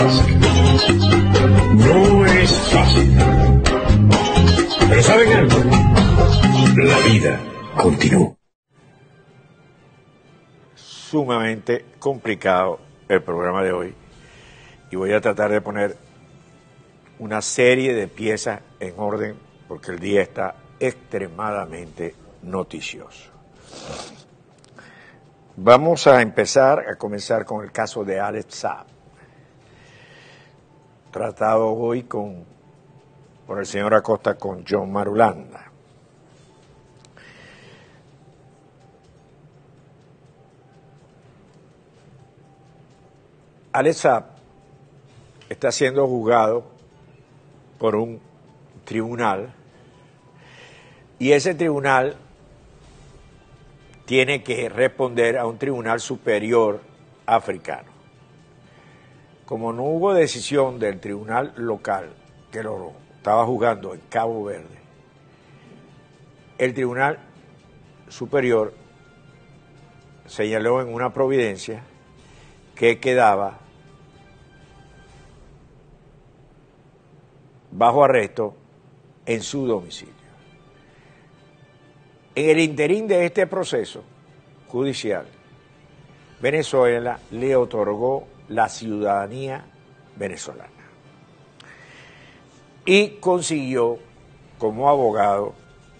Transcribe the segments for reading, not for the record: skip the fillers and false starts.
No es fácil. Pero ¿saben algo? La vida continúa. Sumamente complicado el programa de hoy y voy a tratar de poner una serie de piezas en orden porque el día está extremadamente noticioso. Vamos a comenzar con el caso de Alex Saab, tratado hoy por el señor Acosta con John Marulanda. Alex Saab está siendo juzgado por un tribunal y ese tribunal tiene que responder a un tribunal superior africano. Como no hubo decisión del tribunal local que lo estaba juzgando en Cabo Verde, el tribunal superior señaló en una providencia que quedaba bajo arresto en su domicilio. En el interín de este proceso judicial, Venezuela le otorgó la ciudadanía venezolana y consiguió como abogado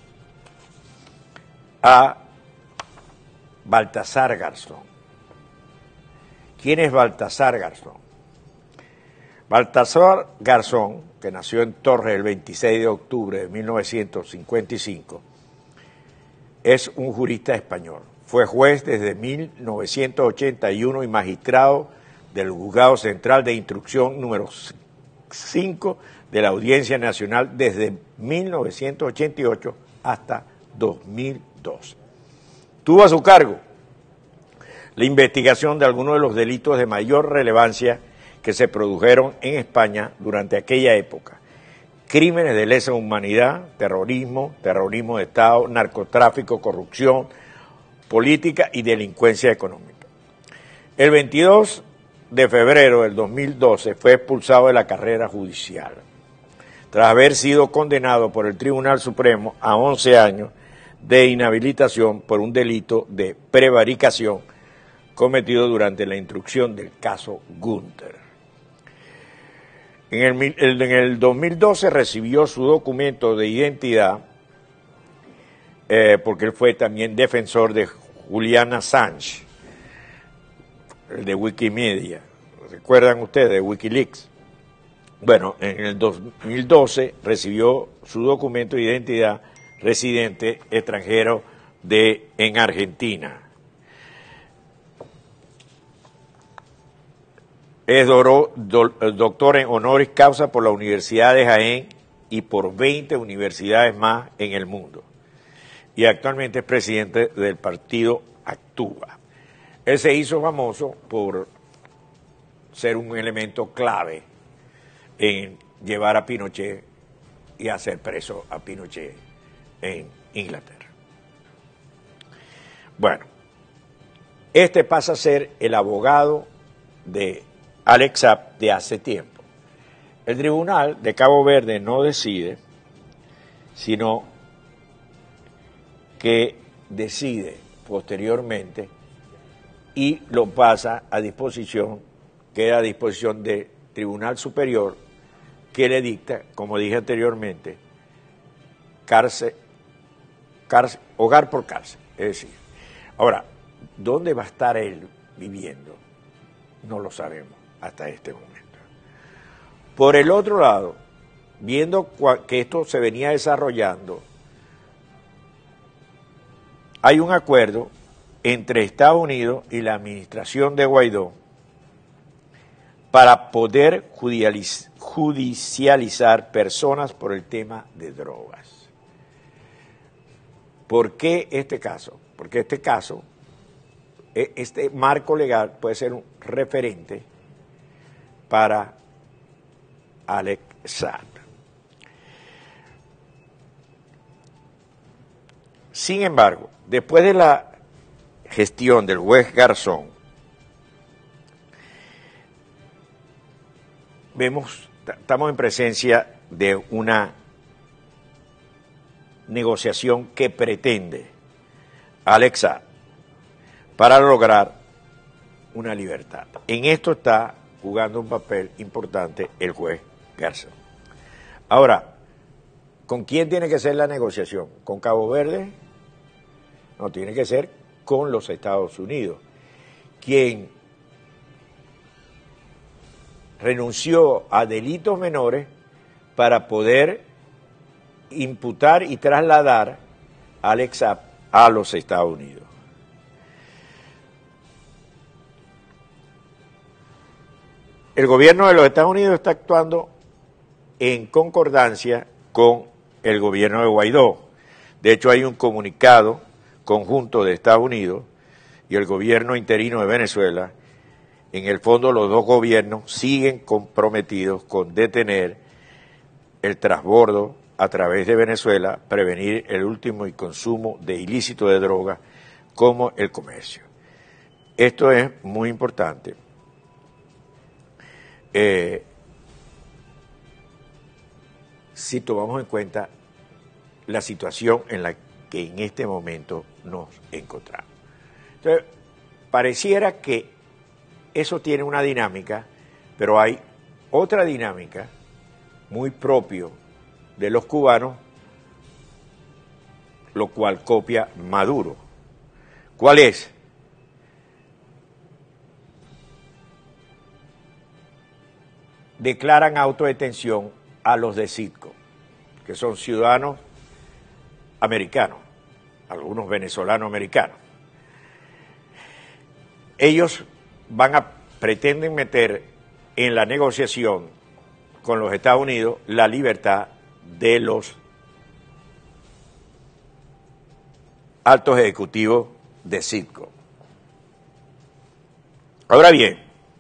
a Baltasar Garzón. ¿Quién es Baltasar Garzón? Baltasar Garzón, que nació en Torres el 26 de octubre de 1955, es un jurista español. Fue juez desde 1981 y magistrado del Juzgado Central de Instrucción número 5 de la Audiencia Nacional desde 1988 hasta 2012. Tuvo a su cargo la investigación de algunos de los delitos de mayor relevancia que se produjeron en España durante aquella época: crímenes de lesa humanidad, terrorismo, terrorismo de Estado, narcotráfico, corrupción, política y delincuencia económica. El 22 de febrero del 2012 fue expulsado de la carrera judicial, tras haber sido condenado por el Tribunal Supremo a 11 años de inhabilitación por un delito de prevaricación cometido durante la instrucción del caso Gürtel. En el 2012 recibió su documento de identidad porque él fue también defensor de Julian Assange, el de Wikimedia. ¿Recuerdan ustedes de Wikileaks? Bueno, en el 2012 recibió su documento de identidad residente extranjero en Argentina. Es doctor en honoris causa por la Universidad de Jaén y por 20 universidades más en el mundo. Y actualmente es presidente del partido Actúa. Él se hizo famoso por ser un elemento clave en llevar a Pinochet y hacer preso a Pinochet en Inglaterra. Bueno, este pasa a ser el abogado de Alex Saab de hace tiempo. El tribunal de Cabo Verde no decide, sino que decide posteriormente y lo pasa a disposición, queda a disposición del Tribunal Superior, que le dicta, como dije anteriormente, hogar por cárcel. Es decir, ahora, ¿dónde va a estar él viviendo? No lo sabemos hasta este momento. Por el otro lado, viendo que esto se venía desarrollando, hay un acuerdo entre Estados Unidos y la administración de Guaidó para poder judicializar personas por el tema de drogas. ¿Por qué este caso? Porque este marco legal puede ser un referente para Alex Saab. Sin embargo, después de la gestión del juez Garzón, estamos en presencia de una negociación que pretende Alex Saab para lograr una libertad. En esto está jugando un papel importante el juez Garzón. Ahora, ¿con quién tiene que ser la negociación? ¿Con Cabo Verde? No, tiene que ser con los Estados Unidos, quien renunció a delitos menores para poder imputar y trasladar a Alex Saab a los Estados Unidos. El gobierno de los Estados Unidos está actuando en concordancia con el gobierno de Guaidó. De hecho, hay un comunicado conjunto de Estados Unidos y el gobierno interino de Venezuela. En el fondo, los dos gobiernos siguen comprometidos con detener el transbordo a través de Venezuela, prevenir el último y consumo de ilícito de drogas como el comercio. Esto es muy importante. Si tomamos en cuenta la situación en la que en este momento nos encontramos. Entonces, pareciera que eso tiene una dinámica, pero hay otra dinámica muy propio de los cubanos, lo cual copia Maduro. ¿Cuál es? Declaran autodetención a los de Citgo, que son ciudadanos americanos, algunos venezolanos americanos. Ellos pretenden meter en la negociación con los Estados Unidos la libertad de los altos ejecutivos de Citgo. Ahora bien,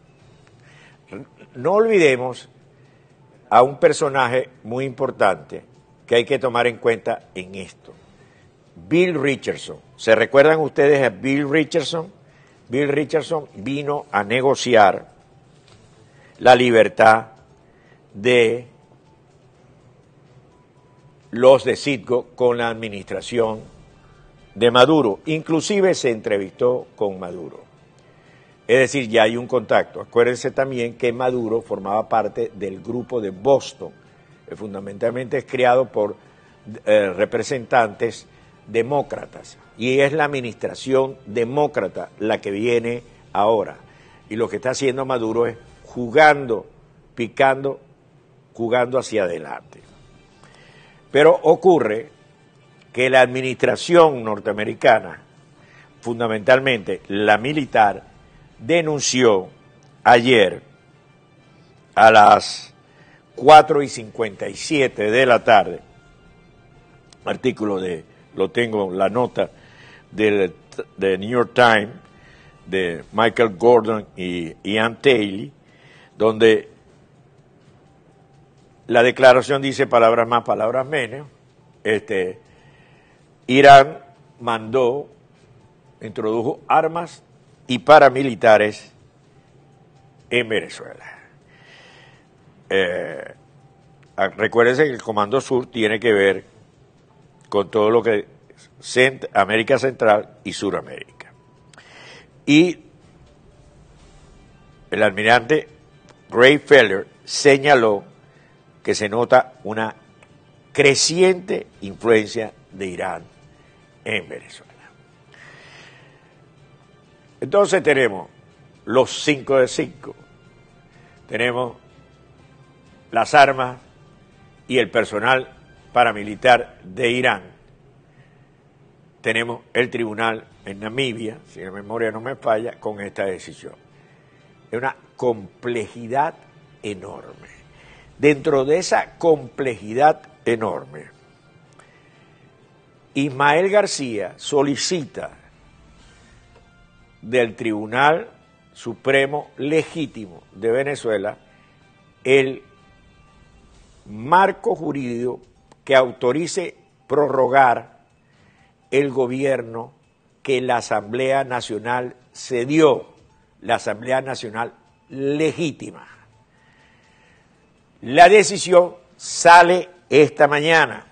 no olvidemos a un personaje muy importante que hay que tomar en cuenta en esto. Bill Richardson. ¿Se recuerdan ustedes a Bill Richardson? Bill Richardson vino a negociar la libertad de los de Citgo con la administración de Maduro. Inclusive se entrevistó con Maduro. Es decir, ya hay un contacto. Acuérdense también que Maduro formaba parte del grupo de Boston, que fundamentalmente es creado por representantes demócratas, y es la administración demócrata la que viene ahora. Y lo que está haciendo Maduro es jugando, picando, jugando hacia adelante. Pero ocurre que la administración norteamericana, fundamentalmente la militar, denunció ayer a las 4:57 de la tarde, artículo lo tengo, la nota de New York Times, de Michael Gordon y Ian Taylor, donde la declaración dice palabras más, palabras menos. Irán introdujo armas y paramilitares en Venezuela. Recuérdense que el Comando Sur tiene que ver con todo lo que es América Central y Suramérica. Y el almirante Ray Feller señaló que se nota una creciente influencia de Irán en Venezuela. Entonces tenemos los 5 de 5, tenemos las armas y el personal paramilitar de Irán, tenemos el tribunal en Namibia, si la memoria no me falla, con esta decisión. Es una complejidad enorme. Dentro de esa complejidad enorme, Ismael García solicita del Tribunal Supremo Legítimo de Venezuela el marco jurídico que autorice prorrogar el gobierno que la Asamblea Nacional cedió, la Asamblea Nacional legítima. La decisión sale esta mañana.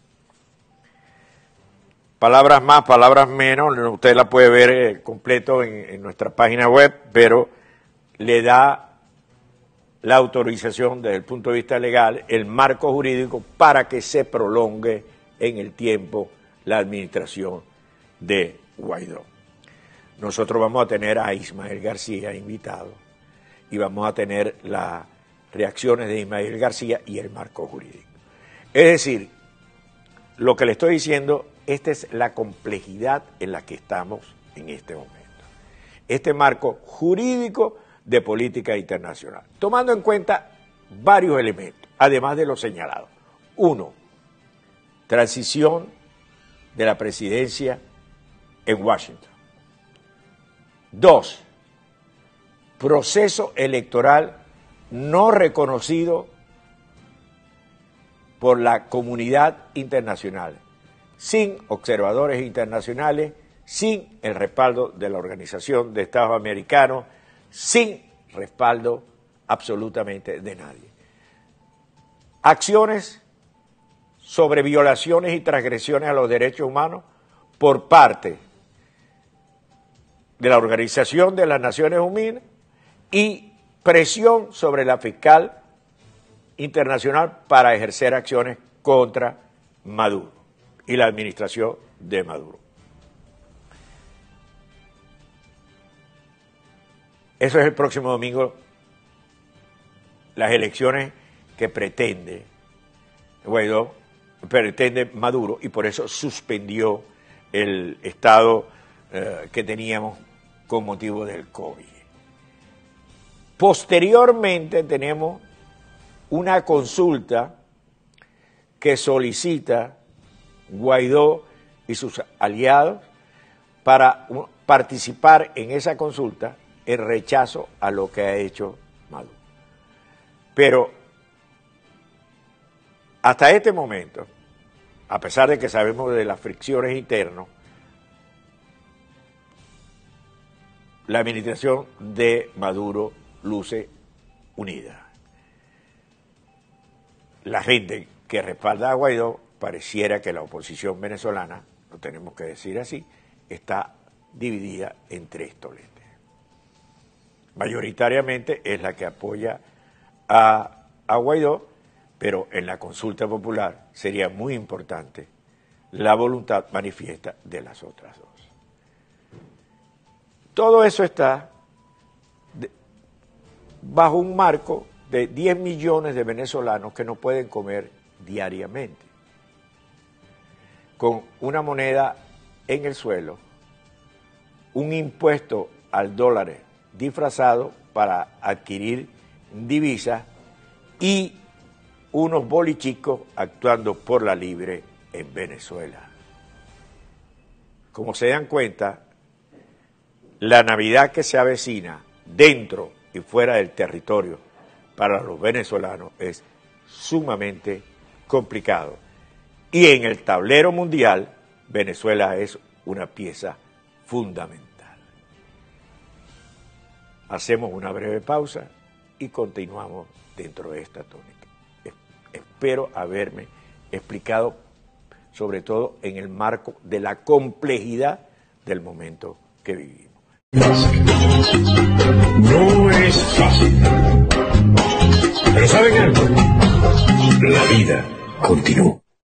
Palabras más, palabras menos, usted la puede ver completo en nuestra página web, pero le da la autorización desde el punto de vista legal, el marco jurídico para que se prolongue en el tiempo la administración de Guaidó. Nosotros vamos a tener a Ismael García invitado y vamos a tener las reacciones de Ismael García y el marco jurídico. Es decir, lo que le estoy diciendo, esta es la complejidad en la que estamos en este momento. Este marco jurídico de política internacional, tomando en cuenta varios elementos, además de los señalados. Uno, transición de la presidencia en Washington. Dos, proceso electoral no reconocido por la comunidad internacional, sin observadores internacionales, sin el respaldo de la Organización de Estados Americanos, sin respaldo absolutamente de nadie. Acciones sobre violaciones y transgresiones a los derechos humanos por parte de la Organización de las Naciones Unidas y presión sobre la fiscal internacional para ejercer acciones contra Maduro y la administración de Maduro. Eso es el próximo domingo, las elecciones que pretende Guaidó, pretende Maduro, y por eso suspendió el estado que teníamos con motivo del COVID. Posteriormente tenemos una consulta que solicita Guaidó y sus aliados para participar en esa consulta en rechazo a lo que ha hecho Maduro. Pero hasta este momento, a pesar de que sabemos de las fricciones internas, la administración de Maduro luce unida. La gente que respalda a Guaidó, pareciera que la oposición venezolana, lo tenemos que decir así, está dividida en tres toletes. Mayoritariamente es la que apoya a Guaidó, pero en la consulta popular sería muy importante la voluntad manifiesta de las otras dos. Todo eso está bajo un marco de 10 millones de venezolanos que no pueden comer diariamente, con una moneda en el suelo, un impuesto al dólar disfrazado para adquirir divisas y unos bolichicos actuando por la libre en Venezuela. Como se dan cuenta, la Navidad que se avecina dentro y fuera del territorio para los venezolanos es sumamente complicado. Y en el tablero mundial, Venezuela es una pieza fundamental. Hacemos una breve pausa y continuamos dentro de esta tónica. Espero haberme explicado, sobre todo en el marco de la complejidad del momento que vivimos. No es fácil. Pero ¿saben algo? La vida continúa.